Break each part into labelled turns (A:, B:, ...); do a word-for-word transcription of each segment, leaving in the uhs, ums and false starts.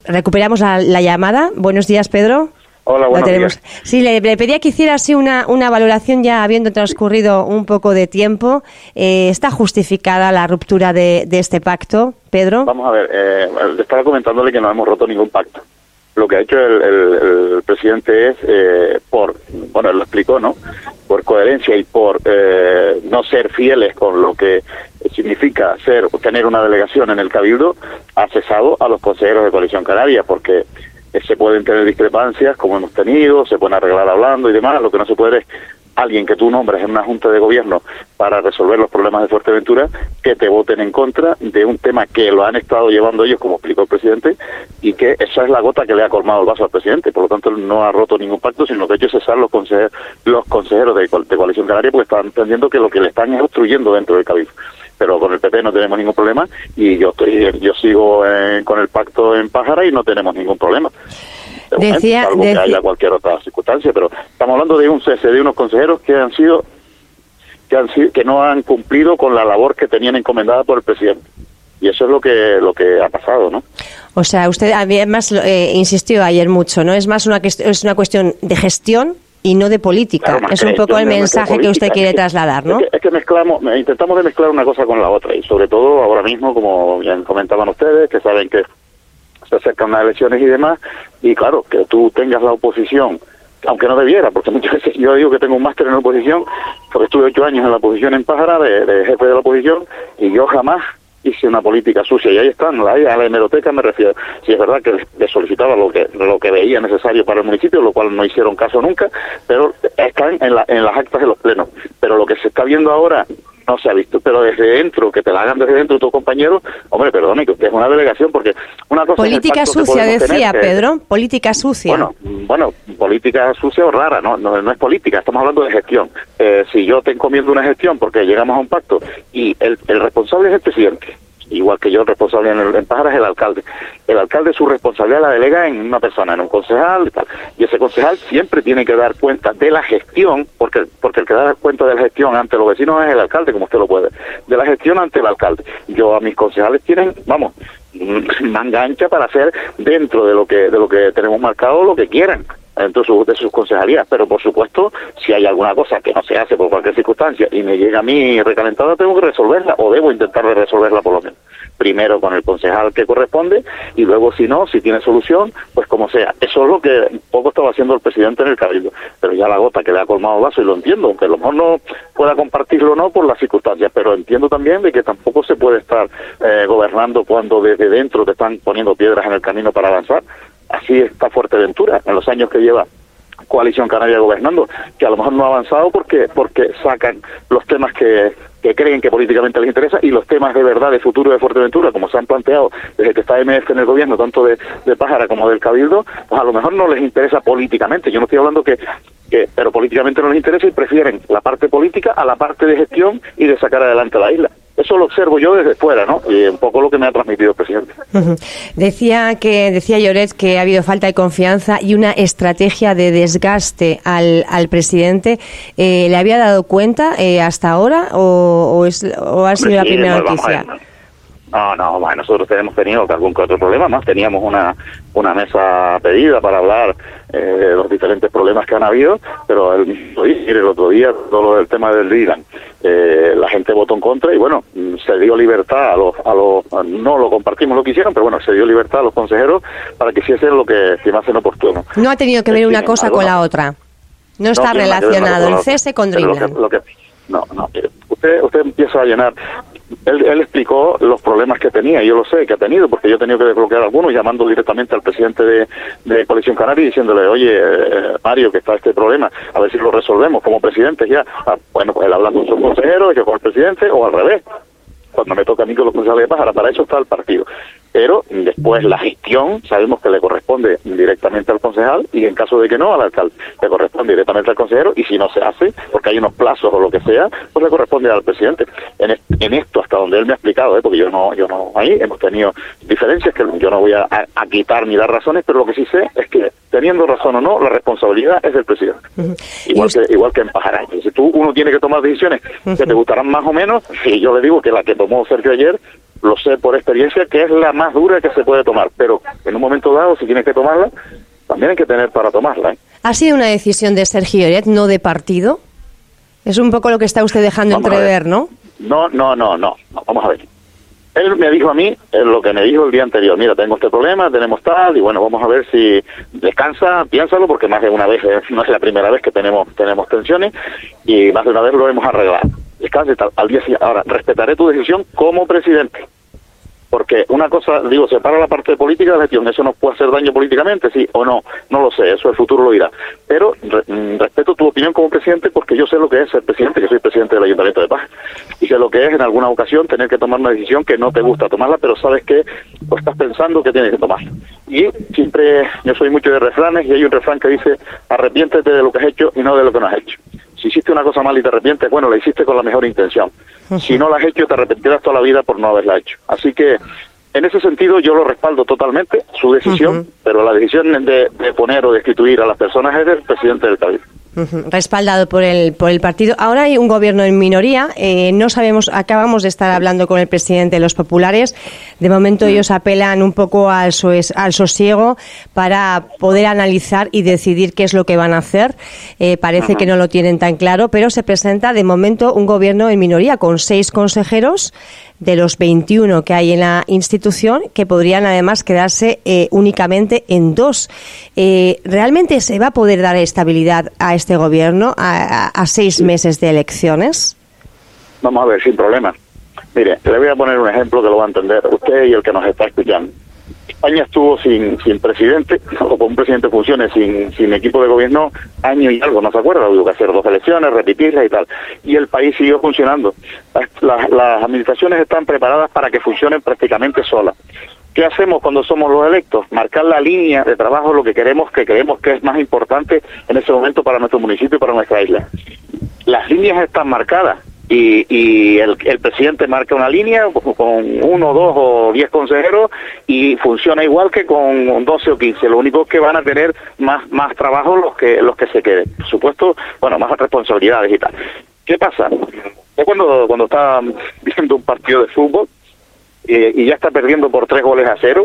A: recuperamos la, la llamada. Buenos días, Pedro.
B: Hola, buenos días.
A: Sí, le, le pedía que hiciera así una, una valoración ya habiendo transcurrido un poco de tiempo. Eh, ¿Está justificada la ruptura de, de este pacto, Pedro?
B: Vamos a ver, eh, estaba comentándole que no hemos roto ningún pacto. Lo que ha hecho el, el, el presidente es, eh, por, bueno, él lo explicó, ¿no? Por coherencia y por eh, no ser fieles con lo que significa ser tener una delegación en el Cabildo, ha cesado a los consejeros de Coalición Canaria, porque se pueden tener discrepancias, como hemos tenido, se pueden arreglar hablando y demás. Lo que no se puede es alguien que tú nombres en una junta de gobierno para resolver los problemas de Fuerteventura, que te voten en contra de un tema que lo han estado llevando ellos, como explicó el presidente, y que esa es la gota que le ha colmado el vaso al presidente. Por lo tanto, él no ha roto ningún pacto, sino que ha hecho cesar los consejeros, los consejeros de, de Coalición Canaria, porque están entendiendo que lo que le están es obstruyendo dentro del Cabildo. Pero con el P P no tenemos ningún problema, y yo estoy, yo sigo eh, con el pacto en Pájara y no tenemos ningún problema. De
A: decía,
B: momento, salvo
A: decía,
B: que haya cualquier otra circunstancia, pero estamos hablando de un cese de unos consejeros que han sido que han sido, que no han cumplido con la labor que tenían encomendada por el presidente, y eso es lo que lo que ha pasado, ¿no?
A: O sea, usted además eh, insistió ayer mucho, ¿no? Es más una es una cuestión de gestión y no de política. Claro, es un poco el mensaje que usted quiere trasladar, ¿no?
B: Es que, es que mezclamos, intentamos de mezclar una cosa con la otra, y sobre todo ahora mismo, como bien comentaban ustedes, que saben que se acercan las elecciones y demás, y claro, que tú tengas la oposición, aunque no debiera, porque muchas veces yo digo que tengo un máster en oposición, porque estuve ocho años en la oposición en Pájara, de, de jefe de la oposición, y yo jamás hice una política sucia, y ahí están, ahí a la hemeroteca me refiero. Si es verdad que le solicitaba lo que lo que veía necesario para el municipio, lo cual no hicieron caso nunca, pero están en, la, en las actas de los plenos. Pero lo que se está viendo ahora no se ha visto, pero desde dentro, que te la hagan desde dentro tus compañeros, hombre, perdone, que usted es una delegación, porque una cosa
A: política sucia, decía tener, Pedro, eh, política sucia.
B: Bueno, bueno, política sucia o rara, no, no, no es política, estamos hablando de gestión. Eh, si yo te encomiendo una gestión porque llegamos a un pacto y el, el responsable es el presidente, igual que yo, el responsable en, el, en Pájara es el alcalde. El alcalde su responsabilidad la delega en una persona, en un concejal y tal. Y ese concejal siempre tiene que dar cuenta de la gestión, porque porque el que da cuenta de la gestión ante los vecinos es el alcalde, como usted lo puede. De la gestión ante el alcalde. Yo a mis concejales tienen, vamos, manga ancha para hacer dentro de lo que de lo que tenemos marcado lo que quieran dentro de sus, de sus concejalías, pero por supuesto, si hay alguna cosa que no se hace por cualquier circunstancia y me llega a mí recalentada, tengo que resolverla, o debo intentar de resolverla por lo menos. Primero con el concejal que corresponde, y luego si no, si tiene solución, pues como sea. Eso es lo que un poco estaba haciendo el presidente en el Cabildo, pero ya la gota que le ha colmado el vaso, y lo entiendo, aunque a lo mejor no pueda compartirlo o no por las circunstancias, pero entiendo también de que tampoco se puede estar eh, gobernando cuando desde dentro te están poniendo piedras en el camino para avanzar. Así está Fuerteventura en los años que lleva Coalición Canaria gobernando, que a lo mejor no ha avanzado porque porque sacan los temas que, que creen que políticamente les interesa, y los temas de verdad de futuro de Fuerteventura, como se han planteado desde que está M F en el gobierno, tanto de, de Pájara como del Cabildo, pues a lo mejor no les interesa políticamente. Yo no estoy hablando que, que pero políticamente no les interesa, y prefieren la parte política a la parte de gestión y de sacar adelante la isla. Eso lo observo yo desde fuera, ¿no? Y un poco lo que me ha transmitido el presidente.
A: Uh-huh. Decía que decía Lloret que ha habido falta de confianza y una estrategia de desgaste al, al presidente. Eh, ¿Le había dado cuenta eh, hasta ahora o, o, es, o ha sido sí, la primera no, noticia?
B: No, no, bueno, nosotros tenemos tenido algún que otro problema más. Teníamos una una mesa pedida para hablar eh, de los diferentes problemas que han habido, pero el, el otro día, todo lo del tema del Dylan, eh, la gente votó en contra y bueno, se dio libertad a los, a los, no lo compartimos lo que hicieron, pero bueno, se dio libertad a los consejeros para que hiciesen lo que estimasen oportuno.
A: No ha tenido que ver una cosa con la otra. No está no, relacionado el cese con Dylan.
B: No, no, usted, usted empieza a llenar. Él, él explicó los problemas que tenía, y yo lo sé que ha tenido, porque yo he tenido que desbloquear algunos, llamando directamente al presidente de, de Coalición Canaria y diciéndole, oye, eh, Mario, que está este problema, a ver si lo resolvemos como presidente ya. Ah, bueno, pues él habla con su consejero, yo con el presidente, o al revés, cuando me toca a mí con los concejales de Pájara, para eso está el partido. Pero después la gestión sabemos que le corresponde directamente al concejal, y en caso de que no, al alcalde. Le corresponde directamente al consejero, y si no se hace, porque hay unos plazos o lo que sea, pues le corresponde al presidente. En, est en esto, hasta donde él me ha explicado, ¿eh? porque yo no, yo no, ahí hemos tenido diferencias que yo no voy a, a, a quitar ni dar razones, pero lo que sí sé es que, teniendo razón o no, la responsabilidad es del presidente. Uh-huh. Igual que igual que en Pájara. Si tú, uno tiene que tomar decisiones uh-huh. que te gustarán más o menos, si yo le digo que la que tomó Sergio ayer, lo sé por experiencia, que es la más dura que se puede tomar, pero en un momento dado, si tienes que tomarla, también hay que tener para tomarla, ¿eh?
A: ¿Ha sido una decisión de Sergi Lloret, no de partido? Es un poco lo que está usted dejando
B: Vamos
A: entrever, ¿no?
B: No, no, no, no, no, vamos a ver. Él me dijo a mí eh, lo que me dijo el día anterior: mira, tengo este problema, tenemos tal, y bueno, vamos a ver si descansa, piénsalo, porque más de una vez, eh, no es la primera vez que tenemos tenemos tensiones, y más de una vez lo hemos arreglado. Descansa y tal, al día siguiente. Ahora, respetaré tu decisión como presidente, porque una cosa, digo, separa la parte de política de la gestión. Eso nos puede hacer daño políticamente, sí o no, no lo sé, eso el futuro lo dirá. Pero re, respeto tu opinión como presidente, porque yo sé lo que es ser presidente, que soy presidente del Ayuntamiento de Paz, y sé lo que es en alguna ocasión tener que tomar una decisión que no te gusta tomarla, pero sabes que o estás pensando que tienes que tomarla. Y siempre, yo soy mucho de refranes, y hay un refrán que dice: arrepiéntete de lo que has hecho y no de lo que no has hecho. Si hiciste una cosa mal y te arrepientes, bueno, la hiciste con la mejor intención. Si no la has hecho, te arrepentirás toda la vida por no haberla hecho. Así que, en ese sentido, yo lo respaldo totalmente, su decisión, uh-huh. pero la decisión de, de poner o destituir a las personas es del presidente del Cabildo.
A: Uh-huh. Respaldado por el por el partido. Ahora hay un gobierno en minoría. Eh, no sabemos, acabamos de estar hablando con el presidente de los populares. De momento uh-huh. ellos apelan un poco al, soes, al sosiego para poder analizar y decidir qué es lo que van a hacer. Eh, parece uh-huh. que no lo tienen tan claro, pero se presenta de momento un gobierno en minoría con seis consejeros de los veintiuno que hay en la institución, que podrían además quedarse eh, únicamente en dos. Eh, ¿Realmente se va a poder dar estabilidad a este gobierno a, a, a seis meses de elecciones?
B: Vamos a ver, sin problema. Mire, le voy a poner un ejemplo que lo va a entender usted y el que nos está escuchando. España estuvo sin sin presidente, o con un presidente en funciones, sin sin equipo de gobierno, año y algo, ¿no se acuerda? Hubo que hacer dos elecciones, repetirlas y tal. Y el país siguió funcionando. Las, las, las administraciones están preparadas para que funcionen prácticamente solas. ¿Qué hacemos cuando somos los electos? Marcar la línea de trabajo, lo que queremos, que creemos que es más importante en ese momento para nuestro municipio y para nuestra isla. Las líneas están marcadas. Y, y el, el presidente marca una línea con uno, dos o diez consejeros y funciona igual que con doce o quince. Lo único es que van a tener más más trabajo los que los que se queden. Por supuesto, bueno, más responsabilidades y tal. ¿Qué pasa? Yo cuando cuando estaba viendo un partido de fútbol eh, y ya está perdiendo por tres goles a cero,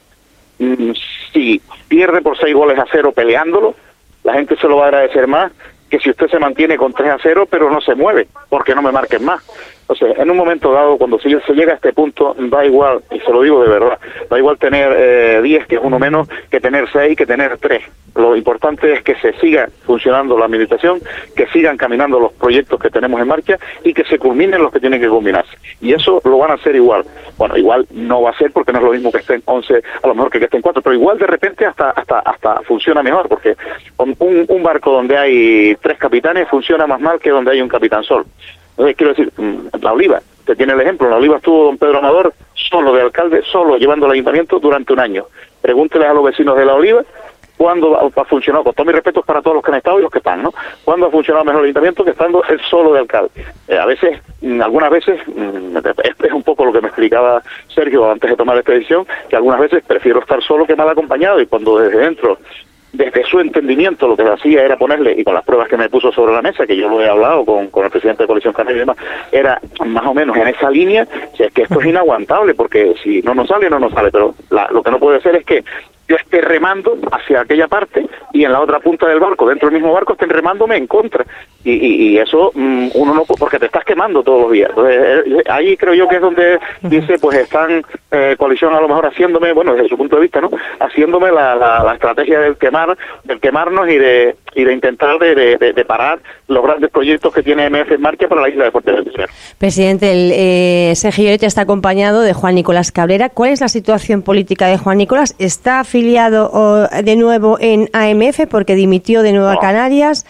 B: mmm, si pierde por seis goles a cero peleándolo, la gente se lo va a agradecer más que si usted se mantiene con tres a cero pero no se mueve, porque no me marquen más. Entonces, en un momento dado, cuando se, se llega a este punto, da igual, y se lo digo de verdad, da igual tener eh, diez, que es uno menos, que tener seis, que tener tres. Lo importante es que se siga funcionando la administración, que sigan caminando los proyectos que tenemos en marcha y que se culminen los que tienen que culminarse. Y eso lo van a hacer igual. Bueno, igual no va a ser, porque no es lo mismo que estén once, a lo mejor que, que estén cuatro, pero igual de repente hasta hasta hasta funciona mejor, porque un, un barco donde hay tres capitanes funciona más mal que donde hay un capitán solo. Entonces, quiero decir, La Oliva, usted tiene el ejemplo, en La Oliva estuvo don Pedro Amador solo de alcalde, solo llevando el ayuntamiento durante un año. Pregúnteles a los vecinos de La Oliva cuándo ha funcionado, con todos mis respetos para todos los que han estado y los que están, ¿no? ¿Cuándo ha funcionado mejor el ayuntamiento que estando él solo de alcalde? Eh, a veces, algunas veces, es, es un poco lo que me explicaba Sergio antes de tomar esta decisión, que algunas veces prefiero estar solo que mal acompañado, y cuando desde dentro, desde su entendimiento, lo que hacía era ponerle, y con las pruebas que me puso sobre la mesa, que yo lo he hablado con, con el presidente de Coalición Canaria y demás, era más o menos en esa línea. O sea, es que esto es inaguantable, porque si no nos sale, no nos sale, pero la, lo que no puede ser es que yo esté remando hacia aquella parte y en la otra punta del barco, dentro del mismo barco, estén remándome en contra. Y, y, y eso mmm, uno no, porque te estás quemando todos los días. Entonces, eh, ahí creo yo que es donde dice, pues están eh, Coalición a lo mejor haciéndome, bueno, desde su punto de vista, ¿no? Haciéndome la, la, la estrategia del quemar, del quemarnos y de y de intentar de, de, de parar los grandes proyectos que tiene M F en marcha para la isla de Fuerteventura.
A: Presidente, el eh, Sergi Lloret está acompañado de Juan Nicolás Cabrera. ¿Cuál es la situación política de Juan Nicolás? ¿Está afiliado o, de nuevo en A M F porque dimitió de nuevo no. a Canarias?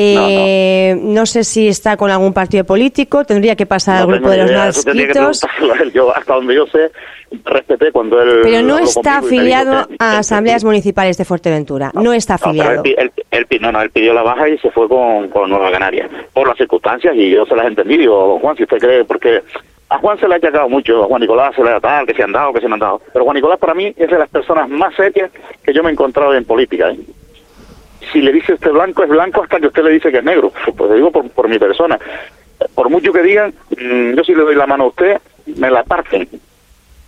A: Eh, no, no. no sé si está con algún partido político, tendría que pasar no al grupo de los Nazquitos.
B: Yo, hasta donde yo sé, respeté cuando él...
A: Pero no está afiliado que, a asambleas municipales de Fuerteventura, no, no está afiliado.
B: No, él, él, él, no, no, él pidió la baja y se fue con, con Nueva Canarias, por las circunstancias, y yo se las entendí. Digo, Juan, si usted cree, porque a Juan se le ha achacado mucho, a Juan Nicolás se le ha tal, que se han dado, que se me han dado, pero Juan Nicolás para mí es de las personas más serias que yo me he encontrado en política, ¿eh? Si le dice usted blanco, es blanco hasta que usted le dice que es negro. Pues le digo por, por mi persona. Por mucho que digan, mmm, yo si le doy la mano a usted, me la parten.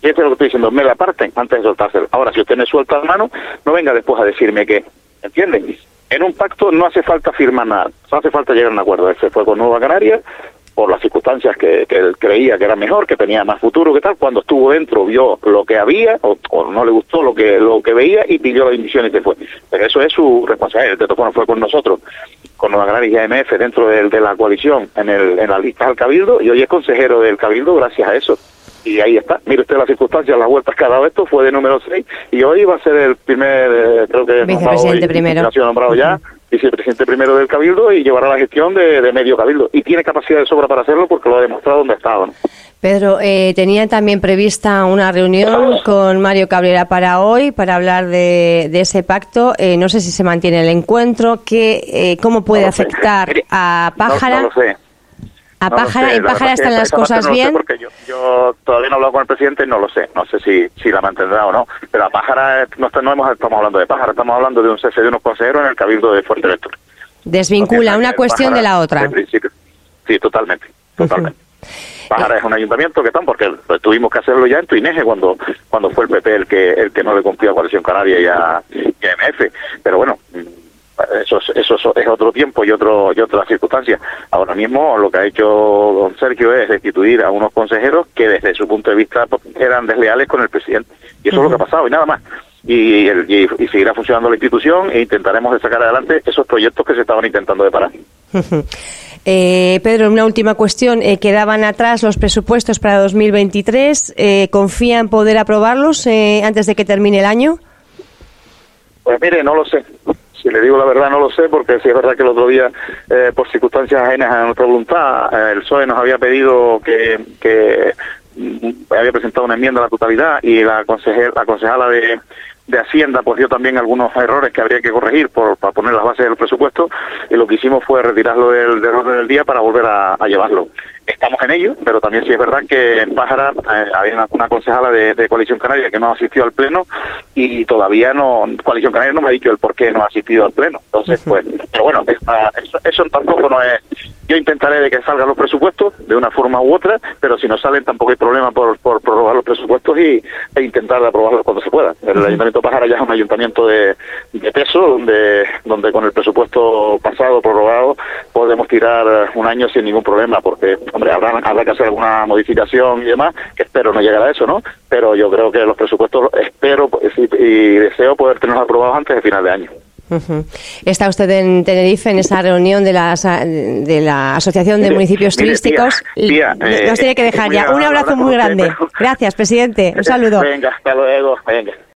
B: Y eso es lo que estoy diciendo, me la parten antes de soltárselo. Ahora, si usted me suelta la mano, no venga después a decirme que, ¿entiende? En un pacto no hace falta firmar nada, no hace falta llegar a un acuerdo. Él se fue con Nueva Canarias por las circunstancias que, que él creía que era mejor, que tenía más futuro, que tal. Cuando estuvo dentro vio lo que había, o, o no le gustó lo que lo que veía y pidió la dimisión y se fue. Pero eso es su responsabilidad. El teléfono fue con nosotros, con Nueva Canarias y A M F dentro de, de la coalición, en, el, en las listas al Cabildo, y hoy es consejero del Cabildo gracias a eso. Y ahí está. Mire usted las circunstancias, las vueltas que ha dado esto, fue de número seis, y hoy va a ser el primer, eh, creo que...
A: Vicepresidente primero.
B: Ha sido nombrado ya, vicepresidente primero del Cabildo, y llevará la gestión de, de medio Cabildo. Y tiene capacidad de sobra para hacerlo porque lo ha demostrado donde ha estado, ¿no?
A: Pedro, eh, tenía también prevista una reunión con Mario Cabrera para hoy, para hablar de, de ese pacto. Eh, no sé si se mantiene el encuentro, que, eh, cómo puede
B: no
A: afectar
B: sé.
A: a Pájara.
B: No, no lo sé.
A: A
B: no
A: Pájara,
B: sé.
A: ¿en Pájara están las cosas
B: no
A: bien?
B: Sé porque yo, yo todavía no he hablado con el presidente y no lo sé. No sé si, si la mantendrá o no. Pero a Pájara, no, está, no hemos, estamos hablando de Pájara, estamos hablando de un cese de unos consejeros en el Cabildo de Fuerteventura.
A: Desvincula una cuestión
B: Pájara,
A: de la otra.
B: De principio. Sí, totalmente, totalmente. Uh-huh. Pájara es un ayuntamiento que están, porque pues, tuvimos que hacerlo ya en Tuineje cuando cuando fue el P P el que el que no le cumplió a Coalición Canaria y a, y a M F. Pero bueno, eso, eso es otro tiempo y otro y otras circunstancias. Ahora mismo lo que ha hecho don Sergio es destituir a unos consejeros que desde su punto de vista eran desleales con el presidente. Y eso uh-huh. es lo que ha pasado y nada más. Y, y, y seguirá funcionando la institución e intentaremos de sacar adelante esos proyectos que se estaban intentando de parar.
A: Uh-huh. Eh, Pedro, una última cuestión. Eh, quedaban atrás los presupuestos para dos mil veintitrés. Eh, ¿Confía en poder aprobarlos eh, antes de que termine el año?
B: Pues mire, no lo sé. Si le digo la verdad, no lo sé, porque sí es verdad que el otro día, eh, por circunstancias ajenas a nuestra voluntad, eh, el P S O E nos había pedido que, que mm, había presentado una enmienda a la totalidad y la, consejera, la concejala de, de Hacienda pues dio también algunos errores que habría que corregir por, para poner las bases del presupuesto, y lo que hicimos fue retirarlo del, del orden del día para volver a, a llevarlo. Estamos en ello, pero también sí es verdad que en Pájara eh, había una, una concejala de, de Coalición Canaria que no asistió al pleno y todavía no, Coalición Canaria no me ha dicho el por qué no ha asistido al pleno. Entonces, pues, pero bueno, esta, eso, eso tampoco no es... Yo intentaré de que salgan los presupuestos de una forma u otra, pero si no salen tampoco hay problema por, por prorrogar los presupuestos y, e intentar aprobarlos cuando se pueda. El uh-huh. Ayuntamiento de Pájara ya es un ayuntamiento de, de peso, donde, donde con el presupuesto pasado, prorrogado, podemos tirar un año sin ningún problema, porque, hombre, habrá, habrá que hacer alguna modificación y demás, que espero no llegar a eso, ¿no? Pero yo creo que los presupuestos, espero y, y deseo poder tenerlos aprobados antes de final de año.
A: Uh-huh. ¿Está usted en Tenerife en esa reunión de la, de la Asociación de Municipios
B: Mire,
A: Turísticos?
B: Tía, tía,
A: Nos
B: eh,
A: tiene que dejar
B: eh,
A: ya. Un abrazo muy grande. Gracias, presidente. Un saludo.
B: Venga, hasta luego. Venga.